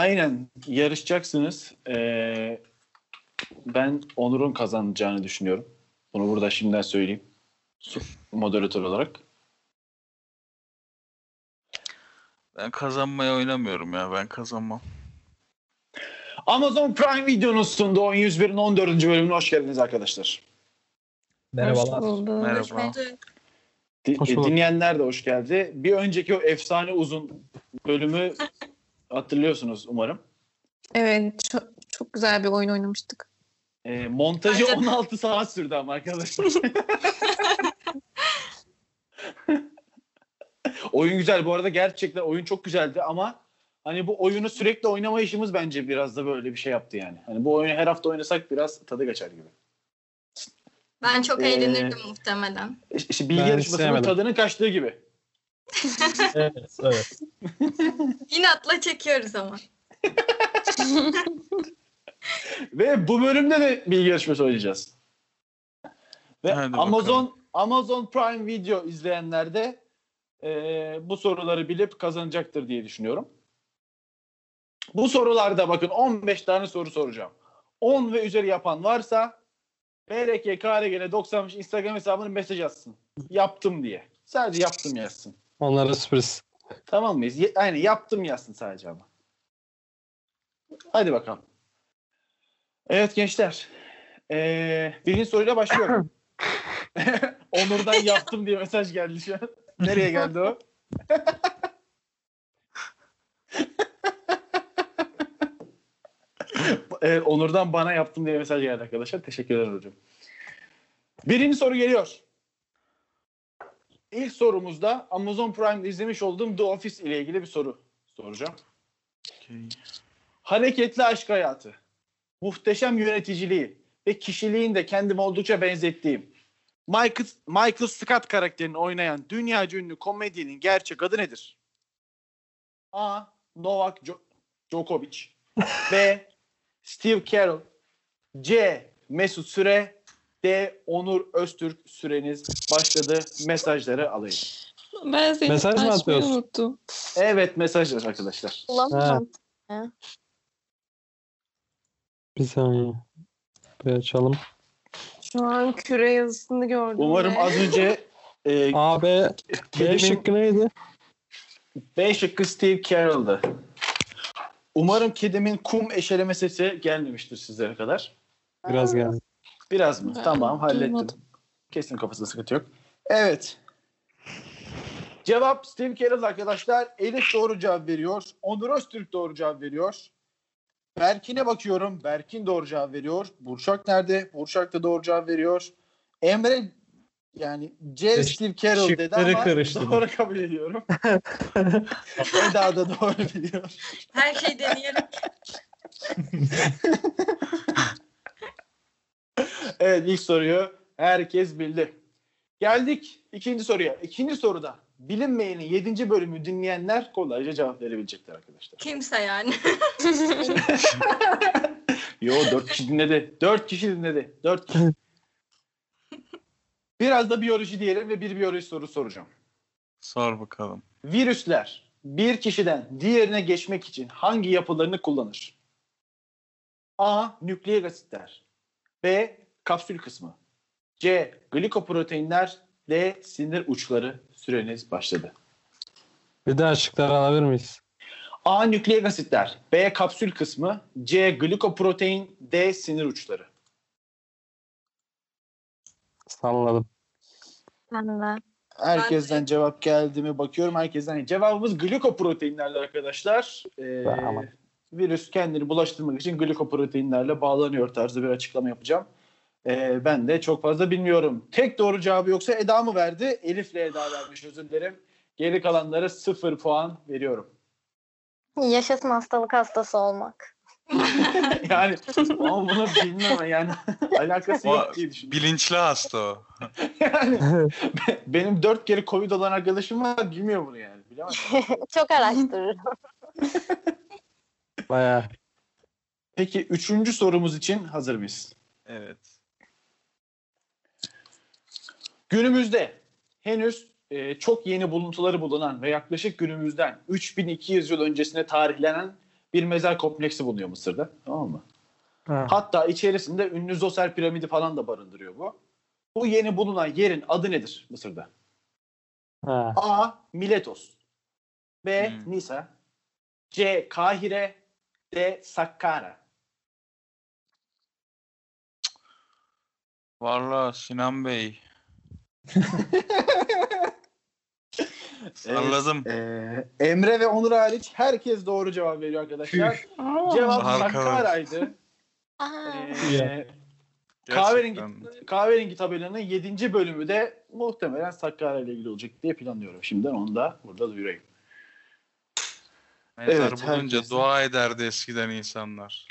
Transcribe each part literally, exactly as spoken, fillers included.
Aynen yarışacaksınız. Ee, ben Onur'un kazanacağını düşünüyorum. Bunu burada şimdiden söyleyeyim. Moderatör olarak. Ben kazanmaya oynamıyorum ya. Ben kazanmam. Amazon Prime Video'nun sunduğu Oyun yüz bir'in on dördüncü bölümüne hoş geldiniz arkadaşlar. Merhabalar. Hoş bulduk. Merhaba. Di- Hoş bulduk. dinleyenler de hoş geldi. Bir önceki o efsane uzun bölümü hatırlıyorsunuz umarım. Evet, çok, çok güzel bir oyun oynamıştık. Ee, montajı Bence- on altı saat sürdü ama arkadaşlar. Oyun güzel. Bu arada gerçekten oyun çok güzeldi ama hani bu oyunu sürekli oynama işimiz bence biraz da böyle bir şey yaptı yani. Hani bu oyunu her hafta oynasak biraz tadı kaçar gibi. Ben çok Ee, eğlenirdim muhtemelen. İşte bilgi Ben yarışmasının sevmedim. tadının kaçtığı gibi. Evet, evet. İnatla çekiyoruz ama. Ve bu bölümde de bilgi yarışması oynayacağız. Ve Hadi Amazon bakalım. Amazon Prime Video izleyenler de e, bu soruları bilip kazanacaktır diye düşünüyorum. Bu sorularda bakın on beş tane soru soracağım. on ve üzeri yapan varsa B R K K R G N doksan beş Instagram hesabını mesaj atsın. Yaptım diye. Sadece yaptım yazsın. Onlara sürpriz. Tamam mıyız? Ye- Aynen yaptım yazsın sadece ama. Hadi bakalım. Evet gençler. Ee, birinci soruyla başlıyorum. Onur'dan yaptım diye mesaj geldi şu an. Nereye geldi o? Evet, Onur'dan bana yaptım diye mesaj geldi arkadaşlar. Teşekkürler hocam. Birinci soru geliyor. İlk sorumuzda Amazon Prime'de izlemiş olduğum The Office ile ilgili bir soru soracağım. Okay. Hareketli aşk hayatı, muhteşem yöneticiliği ve kişiliğini de kendime oldukça benzettiğim Michael, Michael Scott karakterini oynayan dünyaca ünlü komedyenin gerçek adı nedir? A. Novak Jo- Djokovic B. Steve Carell C. Mesut Süre D. Onur Öztürk. Süreniz başladı. Mesajları alayım. Ben seni Mesaj mı açmayı atıyorsun? unuttum. Evet mesajlar arkadaşlar. Bulamam. Bir saniye. Bir açalım. Şu an küre yazısını gördüm. Umarım ve- az önce e, A, B, B kedimin şıkkı neydi? B şıkkı Steve Carell'dı. Umarım kedimin kum eşeleme sesi gelmemiştir sizlere kadar. Biraz geldi. Biraz mı? Ben Tamam hallettim. duymadım. Kesin kafasında sıkıntı yok. Evet. Cevap Steve Carell arkadaşlar. Elif doğru cevap veriyor. Onur Öztürk doğru cevap veriyor. Berkin'e bakıyorum. Berkin doğru cevap veriyor. Burçak nerede? Burçak da doğru cevap veriyor. Emre yani C Şık- Steve Carell dedi şıkları ama karıştırdım. doğru kabul ediyorum. Eda da doğru biliyor. Her şeyi deneyerek. Evet ilk soruyu herkes bildi. Geldik ikinci soruya. İkinci soruda bilinmeyenin yedinci bölümü dinleyenler kolayca cevap verebilecekler arkadaşlar. Kimse yani. Yo dört kişi dinledi. Dört kişi dinledi. Dört kişi. Biraz da biyoloji diyelim ve bir biyoloji soru soracağım. Sor bakalım. Virüsler bir kişiden diğerine geçmek için hangi yapılarını kullanır? A. Nükleik asitler B. Kapsül kısmı C. Glikoproteinler D. Sinir uçları. Süreniz başladı. Bir daha şıkları alabilir miyiz? A. Nükleik asitler B. Kapsül kısmı C. Glikoprotein D. Sinir uçları. Salladım. Ben de. Herkesten Ben de- cevap geldi mi bakıyorum. Herkesten cevabımız glikoproteinlerle arkadaşlar. Ee, Tamam. virüs kendini bulaştırmak için glikoproteinlerle bağlanıyor tarzı bir açıklama yapacağım. Ee, ben de çok fazla bilmiyorum. Tek doğru cevabı yoksa Eda mı verdi? Elif'le Eda vermiş, özür dilerim. Geri kalanlara sıfır puan veriyorum. Yaşasın hastalık hastası olmak. Yani ama bunu bilmem yani alakası O yok diye düşünüyorum. bilinçli hasta o. Yani benim dört kere Covid olan arkadaşım var, bilmiyor bunu yani. Bilemez. Çok araştırırım. Bayağı. Peki üçüncü sorumuz için hazır mıyız? Evet. Günümüzde henüz e, çok yeni buluntuları bulunan ve yaklaşık günümüzden üç bin iki yüz yıl öncesine tarihlenen bir mezar kompleksi bulunuyor Mısır'da. Tamam mı? Ha. Hatta içerisinde ünlü Zoser piramidi falan da barındırıyor bu. Bu yeni bulunan yerin adı nedir Mısır'da? Ha. A. Miletos, B. Hmm. Nisa, C. Kahire, D. Sakkara. Vallahi Sinan Bey. Salladım. Ee, Emre ve Onur hariç herkes doğru cevap veriyor arkadaşlar. Cevap Arkadaş. Sakkara'ydı. Aa, Ee, kahverengi, Gerçekten. kahverengi tabelanın yedinci bölümü de muhtemelen Sakkara ile ilgili olacak diye planlıyorum. Şimdiden onu da burada duyurayım. Mezar Evet, bulunca herkesin- dua ederdi eskiden insanlar.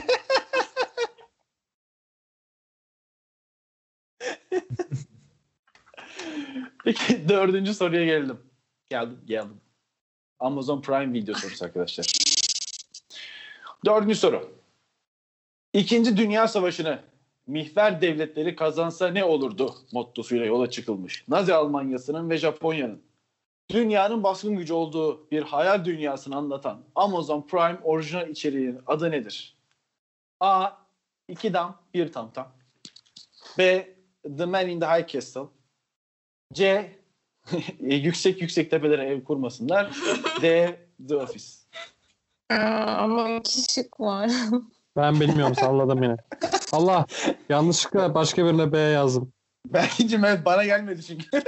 Peki dördüncü soruya geldim. Geldim, geldim. Amazon Prime video sorusu arkadaşlar. Dördüncü soru. İkinci Dünya Savaşı'nı mihver devletleri kazansa ne olurdu mottosuyla yola çıkılmış. Nazi Almanyası'nın ve Japonya'nın dünyanın baskın gücü olduğu bir hayal dünyasını anlatan Amazon Prime orijinal içeriğinin adı nedir? A. İki dam, bir tam tam. B. The Man in the High Castle. C. yüksek yüksek tepelere ev kurmasınlar. D. The Office. Aa, ama iki şık var. Ben bilmiyorum, salladım yine. Allah, yanlışlıkla başka birine B yazdım. Belki evet, bana gelmedi çünkü.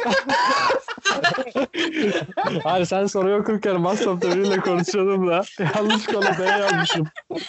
Hayır, sen soruyu okurken WhatsApp'ta biriyle konuşuyordum da yanlışlıkla B yazmışım.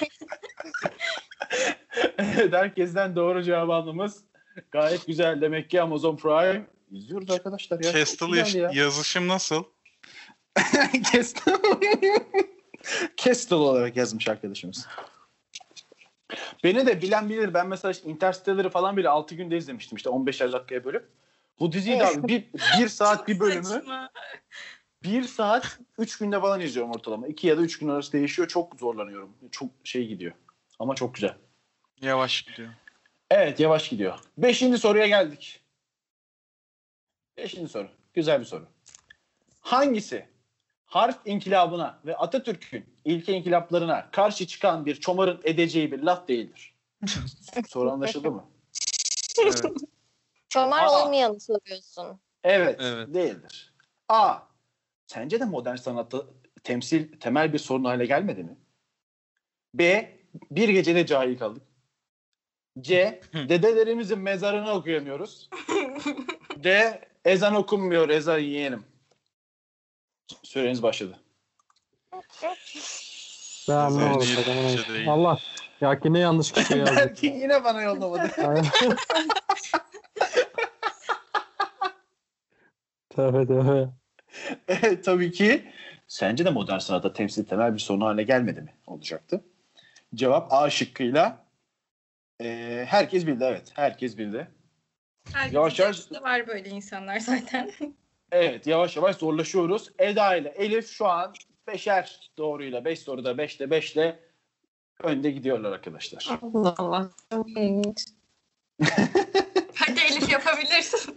Evet, herkesten doğru cevabı almamız gayet güzel. Demek ki Amazon Prime izliyoruz arkadaşlar ya. Castle Çok güzel ya. yazışım nasıl? Castle. Castle olarak yazmış arkadaşımız. Beni de bilen bilir. Ben mesela işte Interstellar'ı falan bile altı günde izlemiştim. İşte on beşer dakikaya bölüp. Bu diziyi de abi bir, bir saat bir bölümü Saçma. bir saat üç günde falan izliyorum ortalama. iki ya da üç gün arası değişiyor. Çok zorlanıyorum. Çok şey gidiyor. Ama çok güzel. Yavaş gidiyor. Evet, yavaş gidiyor. Beşinci soruya geldik. Beşinci soru. Güzel bir soru. Hangisi harf inkılabına ve Atatürk'ün ilke inkılaplarına karşı çıkan bir çomarın edeceği bir laf değildir? Soru anlaşıldı mı? Evet. çomar Aa. olmayanı soruyorsun. Evet, Evet. değildir. A. Sence de modern sanatta temsil temel bir sorun hale gelmedi mi? B. Bir gecede cahil kaldık. C. Dedelerimizin mezarını okuyamıyoruz. D. Ezan okunmuyor, ezan yiyelim. Süreniz başladı. Ben anlamadım. Bence adamın hiçbir neyse. şey değil. Allah, ya yine yanlış kişiye yazdım. Belki yine bana yollamadı. Tövbe tövbe. Evet, tabii ki. Sence de modern sanatta temsil temel bir sorun haline gelmedi mi? Olacaktı. Cevap A şıkkıyla. Ee, herkes bildi, evet. Herkes bildi. Herkesin Yavaş yavaş- yaşında var böyle insanlar zaten. Evet, yavaş yavaş zorlaşıyoruz. Eda ile Elif şu an beşer doğruyla, beş soruda beşte beşle önde gidiyorlar arkadaşlar. Allah Allah. Çok ilginç. Hadi Elif yapabilirsin.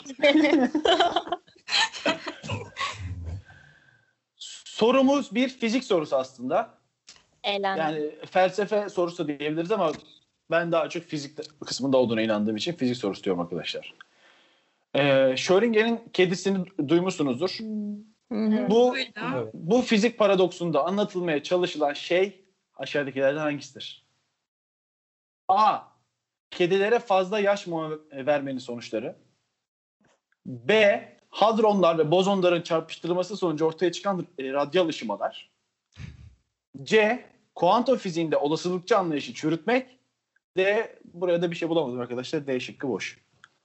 Sorumuz bir fizik sorusu aslında. Eğlendim. Yani felsefe sorusu diyebiliriz ama ben daha çok fizik kısmında olduğuna inandığım için fizik sorusu diyorum arkadaşlar. Ee, Schrödinger'in kedisini duymuşsunuzdur. Hı hı. Bu Duydum. Evet. bu fizik paradoksunda anlatılmaya çalışılan şey aşağıdakilerden hangisidir? A. Kedilere fazla yaş mı vermenin sonuçları. B. Hadronlar ve bozonların çarpıştırılması sonucu ortaya çıkan e, radyal ışımalar. C. Kuantum fiziğinde olasılıkçı anlayışı çürütmek. D. Buraya da bir şey bulamadım arkadaşlar. D şıkkı boş.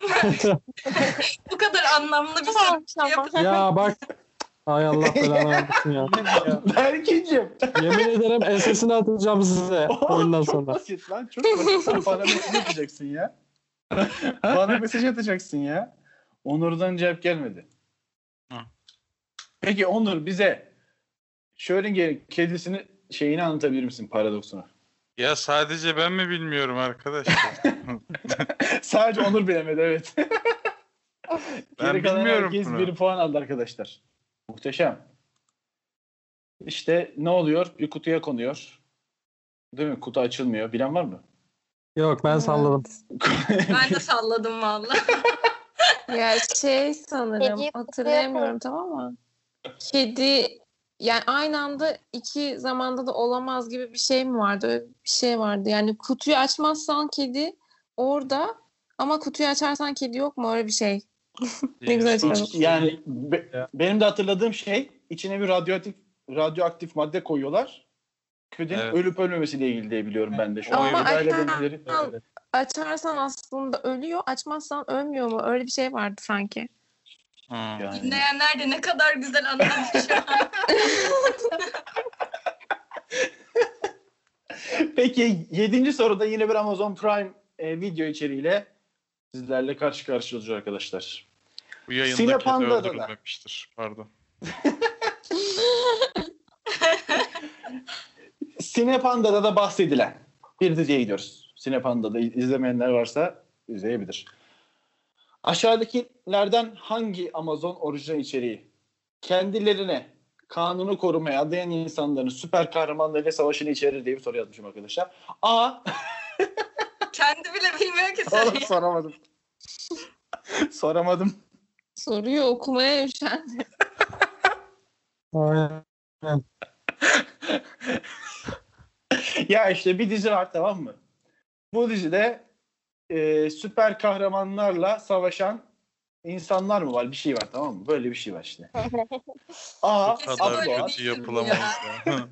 Bu kadar anlamlı bir soru. Tamam, tamam. Ya bak. Ay Allah belanı versin ya. Berkin'cim. Yemin ederim S S'ini atacağım size oyundan Çok sonra. basit lan. Çok basit. Sen bana mesaj atacaksın ya. Bana mesaj atacaksın ya. Onur'dan cevap gelmedi. Hı. Peki Onur bize Schrödinger'in kedisini şeyini anlatabilir misin, paradoksunu? Ya sadece ben mi bilmiyorum arkadaşlar? Sadece Onur bilemedi, evet. Ben Geri kalan bilmiyorum herkes bunu. bir puan aldı arkadaşlar. Muhteşem. İşte ne oluyor? Bir kutuya konuyor. Değil mi? Kutu açılmıyor. Bilen var mı? Yok ben salladım. Ben de salladım valla. Ya şey sanırım Kediyi hatırlayamıyorum tamam mı? Kedi yani aynı anda iki zamanda da olamaz gibi bir şey mi vardı? Öyle bir şey vardı. Yani kutuyu açmazsan kedi orada ama kutuyu açarsan kedi yok mu? Öyle bir şey. Ne güzel Değişik. açıklamış. Yani be- benim de hatırladığım şey içine bir radyoaktif radyoaktif madde koyuyorlar. Kedinin Evet. ölüp ölmemesiyle ilgili diye biliyorum ben de şu an. Ama Gıdayla açarsan, benimkileri- açarsan aslında ölüyor, açmazsan ölmüyor mu? Öyle bir şey vardı sanki. Hmm. Yani. Dinleyenler de ne kadar güzel anladı şu an. Peki yedinci soruda yine bir Amazon Prime e, video içeriğiyle sizlerle karşı karşıya olacağız arkadaşlar. Bu yayında kedi Sinepanda'da da. öldürülmemiştir. Pardon. Sinepanda'da da bahsedilen bir diziye gidiyoruz. Sinepanda'da izlemeyenler varsa izleyebilir. Aşağıdakilerden hangi Amazon orijinal içeriği kendilerine kanunu korumaya adayan insanların süper kahramanlarıyla savaşını içerir diye bir soru yazmışım arkadaşlar. A. Kendi bile bilmiyor ki Oğlum soruyu. soramadım. Soramadım. Soruyu okumaya üşendi. Aynen. Ya işte bir dizi var tamam mı? Bu dizide e, süper kahramanlarla savaşan insanlar mı var? Bir şey var tamam mı? Böyle bir şey var işte. A. Bu Kesin kadar böyle Upload. bir kötü yapılamaz ya.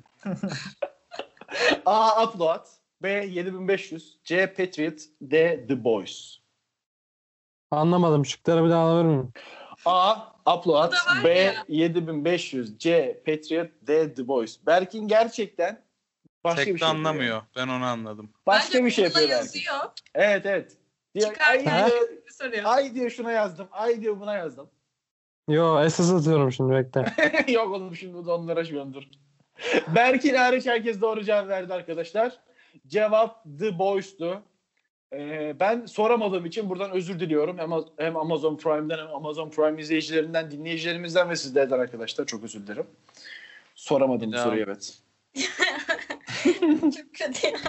A. Upload. B. yedi bin beş yüz. C. Patriot. D. The Boys. Anlamadım. Şıkları bir daha alabilir miyim? A. Upload. Bu da var B. ya. yedi bin beş yüz. C. Patriot. D. The Boys. Berkin gerçekten başka Tek bir de şey anlamıyor. yapıyor. Ben onu anladım. Başka Bence bir şey Google'da yapıyor Berkin. yazıyor. Evet evet. Diyor, Çıkarken ay, diyor, soruyor. ay diyor şuna yazdım. Ay diyor buna yazdım. Yo esas atıyorum şimdi bekle. Yok oğlum şimdi de onlara şu dur. Berkin hariç herkes doğru cevap verdi arkadaşlar. Cevap The Boys'tu. Ee, ben soramadığım için buradan özür diliyorum. Hem, hem Amazon Prime'den hem Amazon Prime izleyicilerinden, dinleyicilerimizden ve sizlerden arkadaşlar. Çok özür dilerim. Soramadım bu Ya. soruyu evet. Çok kötü ya.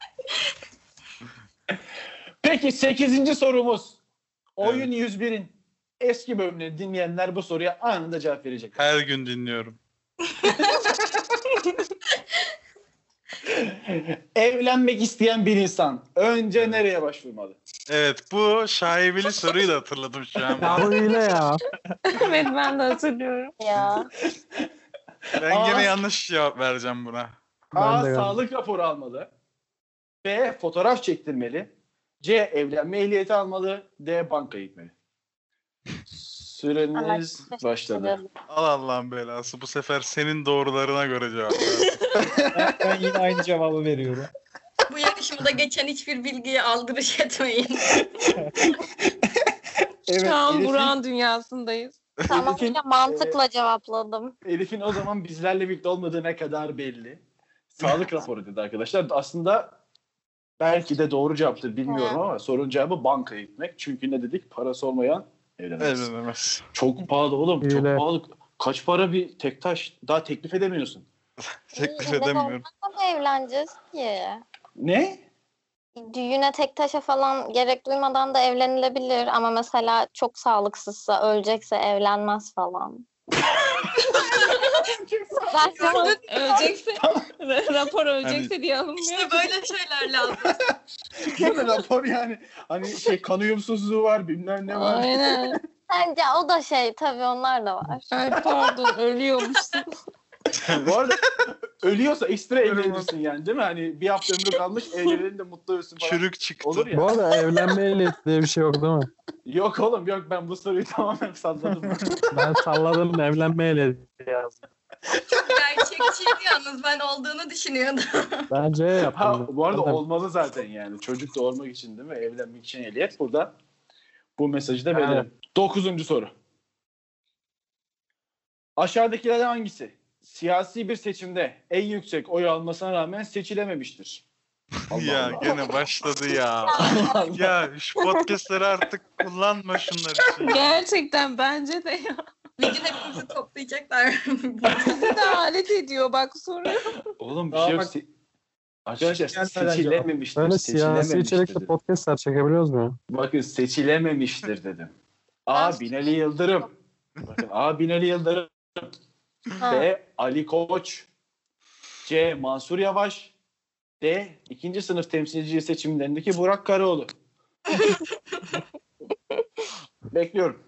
Peki sekizinci sorumuz. Oyun yüz bir'in eski bölümünü dinleyenler bu soruya anında cevap verecek. Her gün dinliyorum. Evlenmek isteyen bir insan önce nereye başvurmalı? Evet bu şaibeli soruyu da hatırladım şu an. Ya bu hile ya. Evet ben de hatırlıyorum. Ya. Ben Aa. gene yanlış cevap vereceğim buna. Ben A. de galiba. Sağlık raporu almalı. B. Fotoğraf çektirmeli. C. Evlenme ehliyeti almalı. D. Banka gitmeli. Süreniz Evet, başladı. Al Allah'ın belası. Bu sefer senin doğrularına göre cevap ver. Ben, ben yine aynı cevabı veriyorum. Bu yarışmada geçen hiçbir bilgiye aldırış etmeyin. Evet, Şu an Elif'in, Burak'ın dünyasındayız. Tamamıyla mantıkla cevapladım. Elif'in o zaman bizlerle birlikte olmadığı ne kadar belli. Sağlık raporu dedi arkadaşlar. Aslında belki de doğru cevaptır bilmiyorum ama sorunun cevabı banka gitmek. Çünkü ne dedik? Parası olmayan evlenemez. Evlenemez. Çok pahalı oğlum. Çok Öyle. pahalı. Kaç para bir tek taş? Daha teklif edemiyorsun. Teklif İyi, neden edemiyorum. olmazsa evleneceğiz ki? Ne? Düğüne tek taşa falan gerek duymadan da evlenilebilir ama mesela çok sağlıksızsa, ölecekse evlenmez falan. Bence mantıklı. Ölecekse, rapor ölecekse diye alınmıyor. İşte böyle şeyler lazım. Değil mi rapor yani? Hani şey kan uyumsuzluğu var bilmem ne var. Aynen. Bence o da şey tabii onlar da var. Ay pardon ölüyormuşsun. Bu arada ölüyorsa ekstra evlenirsin yani değil mi? Hani bir hafta ömrü kalmış evlenelim de mutlu olsun falan. Çürük çıktı. Olur ya. Bu arada evlenme ehliyeti diye bir şey yok değil mi? Yok oğlum yok ben bu soruyu tamamen salladım. Ben salladım evlenme ehliyeti yazdım. Çok gerçekçiydi yalnız. Ben olduğunu düşünüyordum. Ben C yaptım. ha, bu arada Ben de- olmalı zaten yani. Çocuk doğurmak için değil mi? Evlenmek için ehliyet. Burada bu mesajı da Evet. verelim. Dokuzuncu soru. Aşağıdakilerden hangisi siyasi bir seçimde en yüksek oy almasına rağmen seçilememiştir? Allah Ya Allah. gene başladı ya. Ya şu podcastları artık kullanma şunlar için. Gerçekten bence de ya. Bir gün hepimizi toplayacaklar. Bizi de alet ediyor bak soru. Oğlum bir Aa, şey yok. bak- Se- Arkadaşlar Gelmeden seçilememiştir. Böyle siyasi Seçilememiştir içerikli dedim. podcastler çekebiliyoruz mu ya? Bakın seçilememiştir dedim. A. Binali Yıldırım. Bakın A. Binali Yıldırım. Ha. B. Ali Koç. C. Mansur Yavaş. D. İkinci sınıf temsilci seçimlerindeki Burak Karaoğlu. Bekliyorum.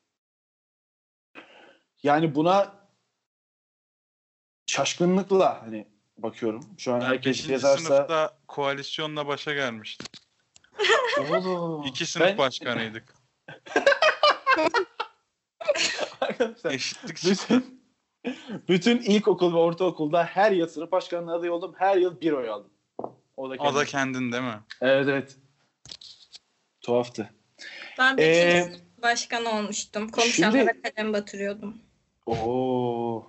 Yani buna şaşkınlıkla hani bakıyorum. Şu an Ben herkes beşinci yazarsa sınıfta koalisyonla başa gelmiştim. oğlum. İki sınıf Ben- başkanıydık. Arkadaşlar, Eşitlik çıktı. bütün, bütün ilkokul ve ortaokulda her yıl sınıf başkanlığı adayı oldum. Her yıl bir oy aldım. O da O kendim. da kendin değil mi? Evet evet. Tuhaftı. Ben bir Ee, kez başkan olmuştum. Konuşanlara şimdi- kalem batırıyordum. Oo.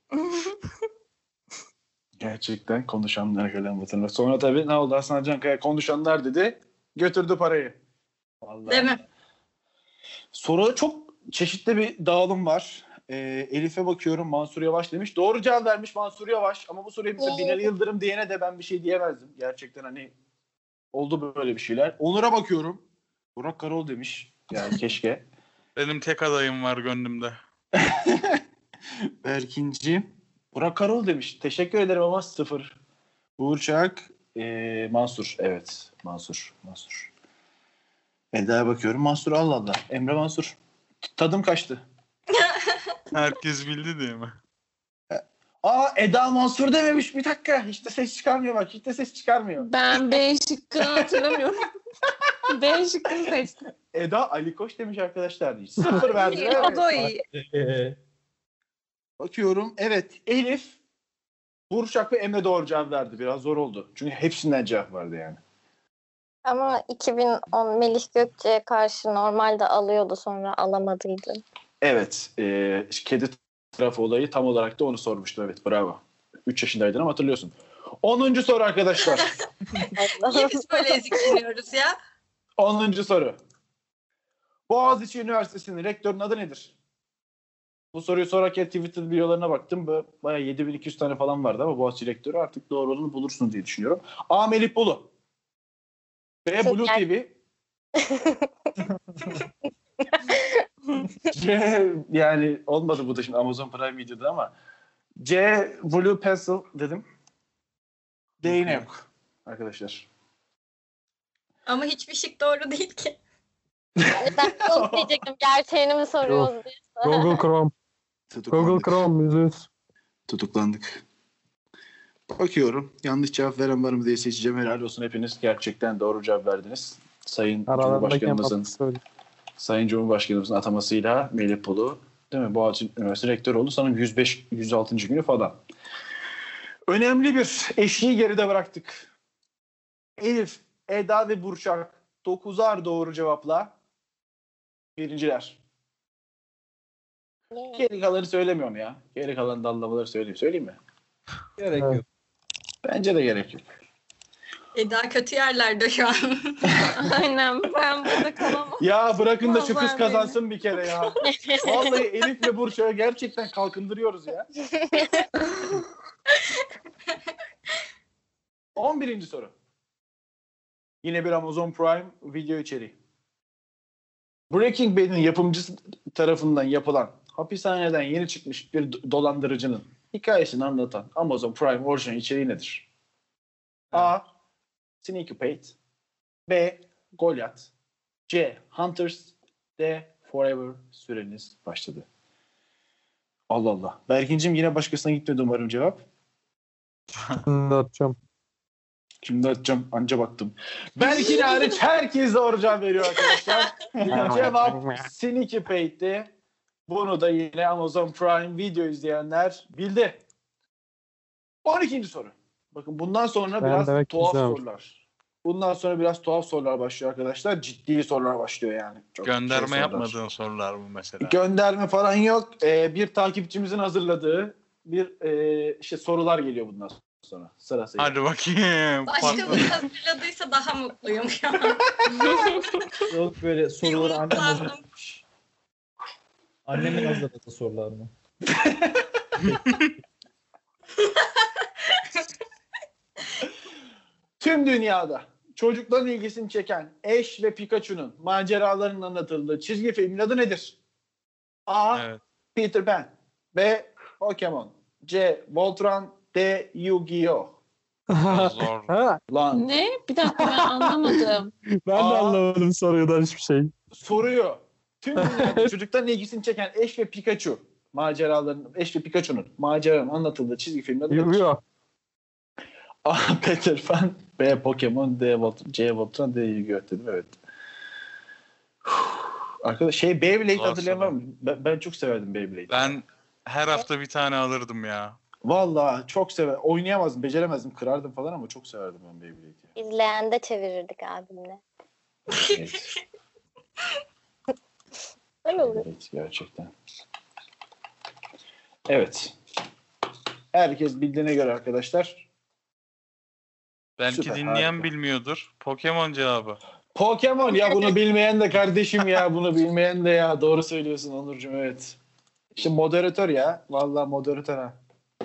Gerçekten konuşanlar kalem batırma. Sonra tabii ne oldu? Hasan Cankaya konuşanlar dedi. Götürdü parayı. Vallahi. Değil mi? Soruda çok çeşitli bir dağılım var. Ee, Elif'e bakıyorum. Mansur Yavaş demiş. Doğru cevap vermiş Mansur Yavaş. Ama bu soruyu bize Binali Yıldırım diyene de ben bir şey diyemezdim. Gerçekten hani oldu böyle bir şeyler. Onur'a bakıyorum. Burak Karaoğlu demiş. Yani keşke. Benim tek adayım var gönlümde. Berkinci. Burak Karaoğlu demiş. Teşekkür ederim ama sıfır. Burçak. Ee, Mansur. Evet. Mansur. Mansur. Eda'ya bakıyorum. Mansur Allah Allah. Emre Mansur. Tadım kaçtı. Herkes bildi değil mi? Aa Eda Mansur dememiş. Bir dakika. Hiç de ses çıkarmıyor bak. Hiç de ses çıkarmıyor. Ben B şıkkını hatırlamıyorum. B şıkkını seçtim. Eda Ali Koç demiş arkadaşlar. Hiç sıfır verdi. İyi, o da iyi. Ee, Bakıyorum. Evet. Elif, Burçak ve Emre doğru cevap verdi. Biraz zor oldu. Çünkü hepsinden cevap vardı yani. Ama iki bin on Melih Gökçe'ye karşı normalde alıyordu, sonra alamadıydı. Evet. E, kedi tarafı olayı tam olarak da onu sormuştu. Evet. Bravo. üç yaşındaydın ama hatırlıyorsun. onuncu soru arkadaşlar. Niye biz böyle ezikleniyoruz ya? onuncu soru. Boğaziçi Üniversitesi'nin rektörünün adı nedir? Bu soruyu sorarken Twitter videolarına baktım. Böyle bayağı yedi bin iki yüz tane falan vardı ama Boğaziçi rektörü artık doğruluğunu bulursun diye düşünüyorum. A. Melih Bulu. B. Blue T V. C. Yani olmadı bu da şimdi Amazon Prime Video'da ama C. Blue Pencil dedim. D yine yok arkadaşlar. Ama hiçbir şık doğru değil ki. Ben de onu diyecektim. Gerçeğini mi soruyoruz diye. Google Chrome. Google Chrome yüzüz. Tutuklandık. Bakıyorum. Yanlış cevap veren var mı diye seçeceğim. Helal olsun hepiniz. Gerçekten doğru cevap verdiniz. Sayın Aralarındaki Cumhurbaşkanımızın empati söyle. Sayın Cumhurbaşkanımızın atamasıyla Melih Bulu değil mi? Boğaziçi Üniversitesi rektörü oldu. Sanırım yüz beş yüz altıncı günü falan. Önemli bir eşiği geride bıraktık. Elif, Eda ve Burçak dokuzar doğru cevapla birinciler. Geri kalanı söylemiyorum ya. Geri kalan dallamaları söyleyeyim. Söyleyeyim mi? gerek Evet. yok. Bence de gerek yok. Eda kötü yerlerde şu an. Aynen, ben burada kalamam. Ya bırakın da şu kız Vallahi kazansın bir kere ya. Vallahi Elif ve Burçak'ı gerçekten kalkındırıyoruz ya. on birinci soru. Yine bir Amazon Prime video içeriği. Breaking Bad'in yapımcısı tarafından yapılan hapishaneden yeni çıkmış bir do- dolandırıcının hikayesini anlatan Amazon Prime orijinal içeriği nedir? A. Sneaky Pete. B. Goliath. C. Hunters. D. Forever. Süreniz başladı. Allah Allah. Berkin'cim yine başkasına gitmedi umarım cevap. Şimdi atacağım. Şimdi açacağım. Anca baktım. Berkin hariç herkes doğru cevap veriyor arkadaşlar. Cevap Sneaky Pate'ti. Bunu da yine Amazon Prime video izleyenler bildi. on ikinci soru. Bakın bundan sonra Ben biraz demek tuhaf izlemedim. sorular. Bundan sonra biraz tuhaf sorular başlıyor arkadaşlar. Ciddi sorular başlıyor yani. Çok Gönderme şey sorular. yapmadığın sorular bu mesela. Gönderme falan yok. Ee, bir takipçimizin hazırladığı bir e, işte sorular geliyor bundan sonra sırasıyla. Hadi bakayım. Başkaları hazırladıysa daha mutluyum şu an. Yok böyle soruları annem Umutlandım. hazırlamış. Annemin hazırladığı sorular mı? Tüm dünyada çocukların ilgisini çeken Ash ve Pikachu'nun maceralarının anlatıldığı çizgi filmin adı nedir? A. Evet. Peter Pan. B. Pokemon. C. Voltron. D. Yu-Gi-Oh. Zor. Ha, Lan Ne? Bir dakika ben anlamadım. ben de Aa. anlamadım sorudan hiçbir şey. soruyor. Tüm dünyada çocukların ilgisini çeken Ash ve Pikachu maceralarının, Ash ve Pikachu'nun maceralarının anlatıldığı çizgi filmin adı nedir? Yok. A. Peter Pan. B. Pokemon. D. Voltron. C. Voltron. D. Yu-Gi-Oh dedim, evet. Arkadaş şey Beyblade Zor hatırlayan var soru. mı? Ben, ben çok severdim Beyblade'i. Ben her hafta bir tane alırdım ya. Vallahi çok sever. Oynayamazdım, beceremezdim, kırardım falan ama çok severdim ben Beyblade'i. İzleyende çevirirdik abimle. Evet. Öyle oluyor. Evet, gerçekten. Evet. Herkes bildiğine göre arkadaşlar. Belki Süper, dinleyen harika. bilmiyordur. Pokemon cevabı. Pokemon ya, bunu bilmeyen de kardeşim ya, bunu bilmeyen de ya. Doğru söylüyorsun Onurcuğum, evet. İşte moderatör ya. Vallahi moderatör ha.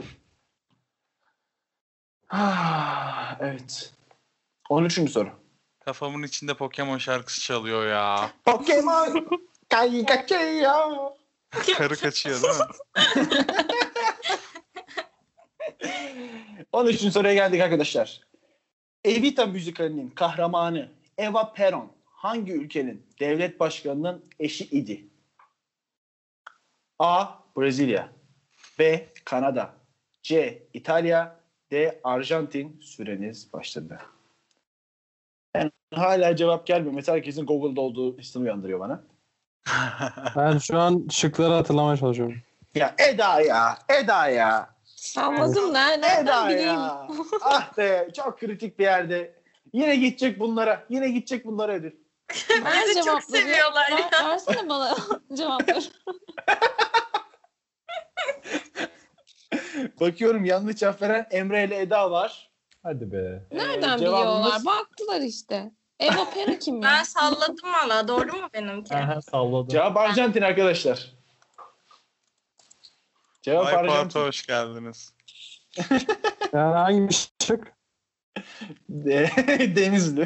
Ah, evet. on üçüncü soru. Kafamın içinde Pokemon şarkısı çalıyor ya. Pokemon kayı kaçıyor. Karı kaçıyor değil mi? on üçüncü soruya geldik arkadaşlar. Evita müzikalinin kahramanı Eva Peron hangi ülkenin devlet başkanının eşi idi? A. Brezilya. B. Kanada. C. İtalya. D. Arjantin. Süreniz başladı. Yani hala cevap gelmiyor. Mesela herkesin Google'da olduğu hissini uyandırıyor bana. Ben şu an şıkları hatırlamaya çalışıyorum. Ya Eda ya. Eda ya. Salladım nereden Eda bileyim. ya. Ah be, çok kritik bir yerde. Yine gidecek bunlara. Yine gidecek bunlara ödül. Ver Bizi çok cevapları. seviyorlar Ver, ya. versene bana cevapları. Bakıyorum yanlış cevap veren Emre ile Eda var. Hadi be. Nereden Ee, biliyorlar? cevabımız- Baktılar işte. Eva Pera kim ya? Ben salladım valla. Doğru mu benimki? Aha, salladım. Cevap Arjantin arkadaşlar. Cevap Vay Pato, Arjantin. hoş geldiniz. Yani hangi şık? De- Denizli.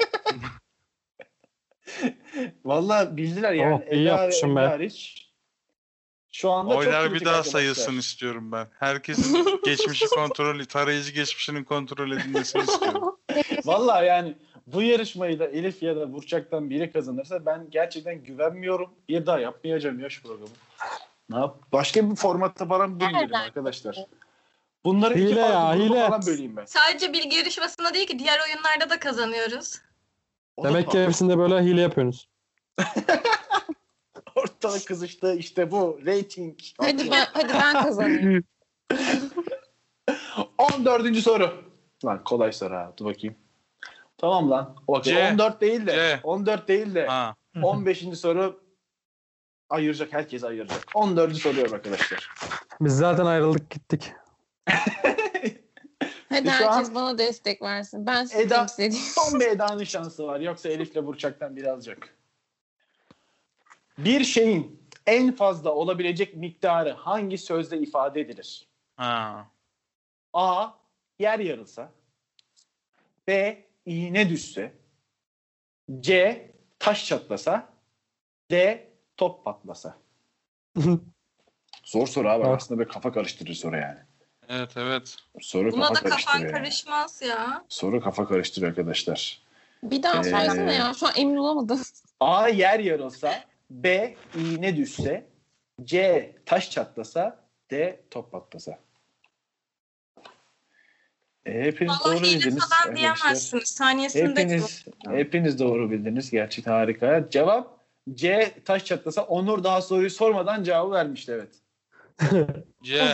Vallahi bildiler yani. Oh, iyi Eda ve yapmışım Emre be. hariç. Şu anda çok Oylar bir kritik daha arkadaşlar. sayılsın istiyorum ben. Herkesin geçmişi kontrol, tarayıcı geçmişinin kontrol edilmesini istiyorum. Vallahi yani bu yarışmayı da Elif ya da Burçak'tan biri kazanırsa ben gerçekten güvenmiyorum. Bir daha yapmayacağım ya şu programı. Ne yap? Başka bir formatta falan böleyim dedim arkadaşlar. Bunları iki Hile ya, farklı gruba hile. falan böleyim ben. Sadece bilgi yarışmasında değil ki diğer oyunlarda da kazanıyoruz. O da Demek ki tuhaf. hepsinde böyle hile yapıyorsunuz. Ortalık kızıştı, işte bu rating. Hadi ben hadi ben kazanayım. on dördüncü soru. Lan kolay soru ha. Dur bakayım. Tamam lan. Okey. C. on dört değil de. C. on dört değil de. Ha. on beşinci soru ayıracak. Herkes ayıracak. on dördüncü soruyorum arkadaşlar. Biz zaten ayrıldık gittik. Hadi Şu an- herkes bana destek versin. Ben sizi Eda- temsil edeyim. Son bir Eda'nın şansı var. Yoksa Elif'le Burçak'tan biri alacak. Bir şeyin en fazla olabilecek miktarı hangi sözle ifade edilir? Ha. A. Yer yarılsa. B. İğne düşse. C. Taş çatlasa. D. Top patlasa. Zor soru abi. Evet. Aslında böyle kafa karıştırır soru yani. Evet evet. Soru Buna kafa da kafan karıştırıyor. yani. karışmaz ya. Soru kafa karıştırıyor arkadaşlar. Bir daha Ee, söylesene ya. Şu an emin olamadım. A. Yer yarılsa. B. İğne düşse. C. Taş çatlasa. D. Top patlasa. E, hepiniz doğru Vallahi hile bildiniz. falan arkadaşlar. diyemezsiniz. Saniyesinde Hepiniz, hepiniz doğru bildiniz. Gerçekten harika. Cevap C. Taş çatlasa. Onur daha soruyu sormadan cevabı vermişti, evet. C.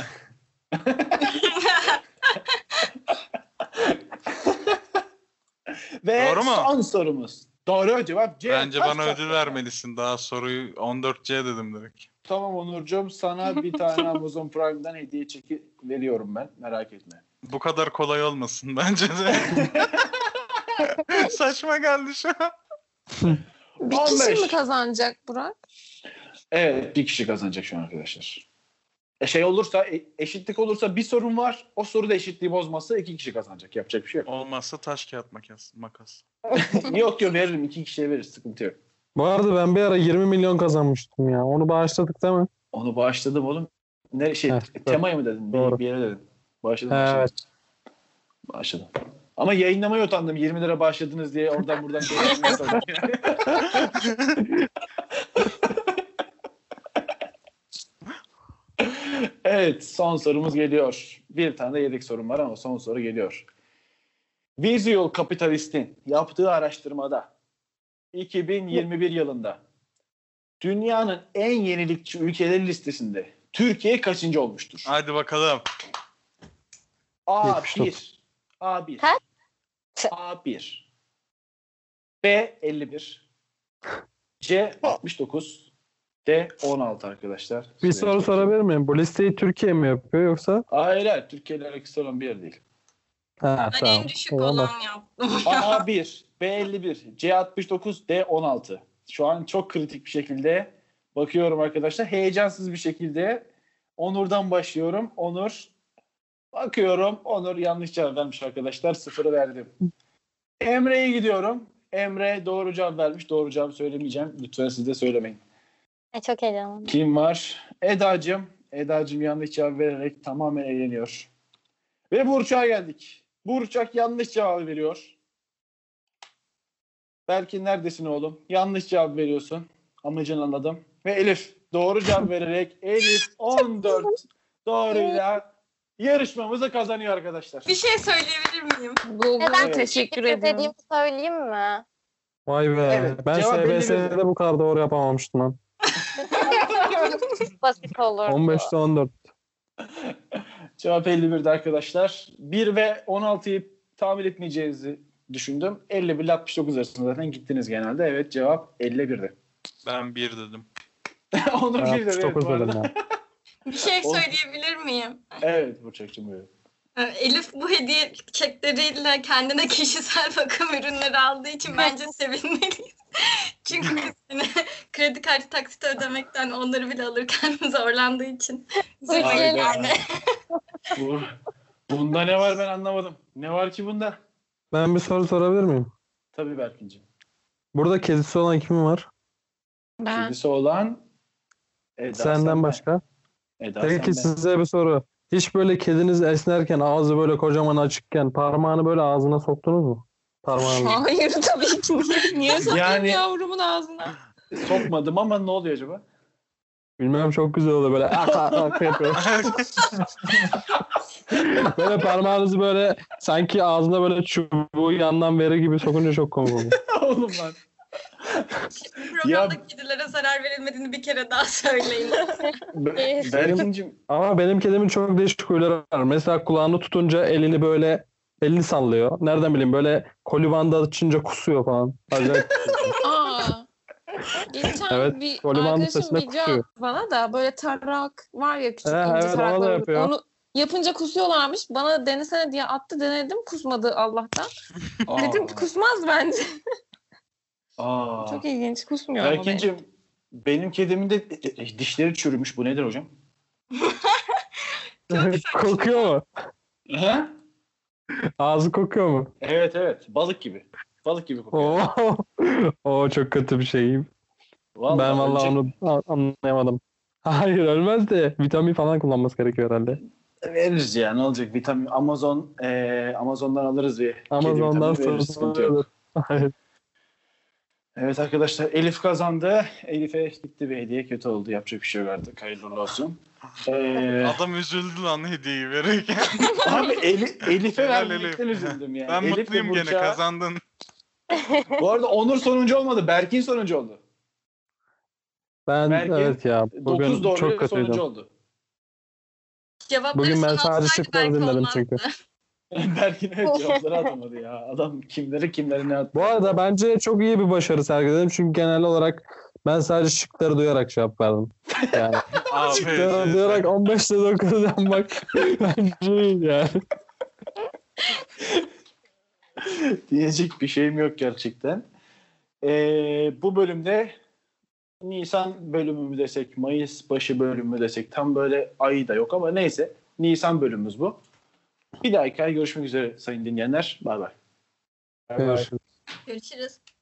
Ve Doğru mu? son sorumuz. Doğru cevap C. Bence Taş bana çatlasa. ödül vermelisin. Daha soruyu on dört C dedim direkt. Tamam Onurcuğum, sana bir tane Amazon Prime'dan hediye çeki veriyorum ben. Merak etme. Bu kadar kolay olmasın bence de. Saçma geldi şu an. Bir on beş. kişi mi kazanacak Burak? Evet, bir kişi kazanacak şu an arkadaşlar. E şey olursa e- eşitlik olursa bir sorun var. O soruda eşitliği bozması iki kişi kazanacak. Yapacak bir şey yok. Olmazsa taş kağıt makas. makas. Yok yok veririm. iki kişiye veririz. Sıkıntı yok. Bu arada ben bir ara yirmi milyon kazanmıştım ya. Onu bağışladık değil mi? Onu bağışladım oğlum. Ne şey Evet, temaya mı dedin? Bir, doğru. bir yere dedin. Bağışladım. Evet. bağışladım. Bağışladım. Ama yayınlamaya utandım. yirmi lira bağışladınız diye oradan buradan dolaşmaya utandım. Evet, son sorumuz geliyor. Bir tane de yedek sorum var ama son soru geliyor. Visual Capitalist'in yaptığı araştırmada iki bin yirmi bir yılında dünyanın en yenilikçi ülkeleri listesinde Türkiye kaçıncı olmuştur? Hadi bakalım. A yetmiş dokuz. bir, A bir, Kaç? A bir, B elli bir, C altmış dokuz, D on altı arkadaşlar. Bir Size soru çok- sorabilir miyim? Bu listeyi Türkiye mi yapıyor yoksa? Hayır hayır, Türkiye ile alakası olan bir yer değil. Ha, Ben tamam. en düşük O zaman olan bak. yaptım. A bir, B elli bir, C altmış dokuz, D on altı. Şu an çok kritik bir şekilde bakıyorum arkadaşlar. Heyecansız bir şekilde Onur'dan başlıyorum. Onur bakıyorum. Onur yanlış cevap vermiş arkadaşlar. Sıfırı verdim. Emre'ye gidiyorum. Emre doğru cevap vermiş. Doğru cevabı söylemeyeceğim. Lütfen siz de söylemeyin. E, çok heyecanlı. Kim var? Eda'cığım. Eda'cığım yanlış cevap vererek tamamen eğleniyor. Ve Burçak'a geldik. Burçak yanlış cevap veriyor. Belki neredesin oğlum? Yanlış cevap veriyorsun. Amacını anladım. Ve Elif doğru cevap vererek Elif on dört doğruyla yarışmamızı kazanıyor arkadaşlar. Bir şey söyleyebilir miyim? Google'a Neden teşekkür Teşekkür ediyorum. dediğimi söyleyeyim mi? Vay be. Evet, Ben cevap belli S B S'de bir- bu kadar doğru yapamamıştım lan. Çok basit olur. on beşte on dört. Cevap elli birdi arkadaşlar. bir ve on altıyı tahmin etmeyeceğinizi düşündüm. elli bir ile altmış dokuz arasında zaten gittiniz genelde. Evet cevap elli birdi. Ben bir dedim. Onur bir dedi. altmış Evet, dokuz bu arada. dedim ya. Bir şey Oğlum. söyleyebilir miyim? Evet Burçak'cığım buyurun. Ee, Elif bu hediye çekleriyle kendine kişisel bakım ürünleri aldığı için bence sevinmeliyiz. Çünkü biz yine kredi kartı taksiti ödemekten onları bile alırken zorlandığı için. Üzülmeyin Aynen. yani. Bu, bunda ne var ben anlamadım. Ne var ki bunda? Ben bir soru sorabilir miyim? Tabii Berkin'cim. Burada kedisi olan kim var? Ben Kedisi olan Eda Senden sen başka. ben. Eda Peki sen ben. size bir soru. Hiç böyle kediniz esnerken ağzı böyle kocaman açıkken parmağını böyle ağzına soktunuz mu? Parmağını. hayır tabii ki. Niye, niye sokayım Yani- yavrumun ağzına? Sokmadım ama ne oluyor acaba? Bilmem çok güzel oluyor böyle. ak ak ak yapıyor. Böyle parmağınızı böyle sanki ağzına böyle çubuğu yandan verir gibi sokunca çok komik oluyor. Oğlum lan. Programda kedilere zarar verilmediğini bir kere daha söyleyin. Be- Berkin'cim Ama benim kedimin çok değişik huyları var. Mesela kulağını tutunca elini böyle elini sallıyor. Nereden bileyim böyle kolibanda açınca kusuyor falan. Acayip. Aa. Geçen Evet, bir Koliban'ın arkadaşım sesine video kusuyor. attı bana da böyle tarak var ya küçük He, ince evet, ona da taraklar. yapıyor. Onu yapınca kusuyorlarmış. Bana denesene diye attı. Denedim. Kusmadı Allah'tan. Dedim kusmaz bence. Aa. Çok ilginç. Kusmuyor ama benim. Berkin'cim benim kedimin de e, dişleri çürümüş. Bu nedir hocam? Kokuyor mu? Ha? Ağzı kokuyor mu? Evet evet. Balık gibi. Balık gibi kokuyor. Oo, Oo çok kötü bir şey. Vallahi ben vallahi ölecek. onu a- anlayamadım. Hayır ölmez de vitamin falan kullanması gerekiyor herhalde. Veririz ya ne olacak vitamin Amazon e, Amazon'dan alırız bir kedi Amazon'dan vitamini veririz, sıkıntı yok. satılır. Hayır. Evet arkadaşlar Elif kazandı. Elif'e gitti bir hediye kötü oldu. Yapacak bir şey yok artık. Hayırlı uğurlu olsun. Ee, Adam üzüldü lan hediyeyi verirken. abi Eli, Elif'e Helal vermekten Elif. üzüldüm yani. Ben Elif ve mutluyum gene Burçak'a- kazandın. Bu arada Onur sonuncu olmadı. Berkin sonuncu oldu. Ben Belki evet ya dokuz bugün doğru çok sonuncu kötüydüm. oldu. Cevapları Bugün ben sana sadece atsaydı şıkları belki dinledim olmazdı. çünkü. Berkin evet cevapları atamadı ya. Adam kimleri kimleri ne attı. Bu arada bence çok iyi bir başarı sergiledim çünkü genel olarak ben sadece şıkları duyarak cevap verdim. Yani şıkları Aferin. duyarak on beşte dokuz yapmak bence iyi yani. Diyecek bir şeyim yok gerçekten. Ee, bu bölümde Nisan bölümü mü desek, Mayıs başı bölümü mü desek, tam böyle ayı da yok ama neyse. Nisan bölümümüz bu. Bir dahaki ay görüşmek üzere sayın dinleyenler. Bay bay. Bay bay. Görüşürüz. Görüşürüz.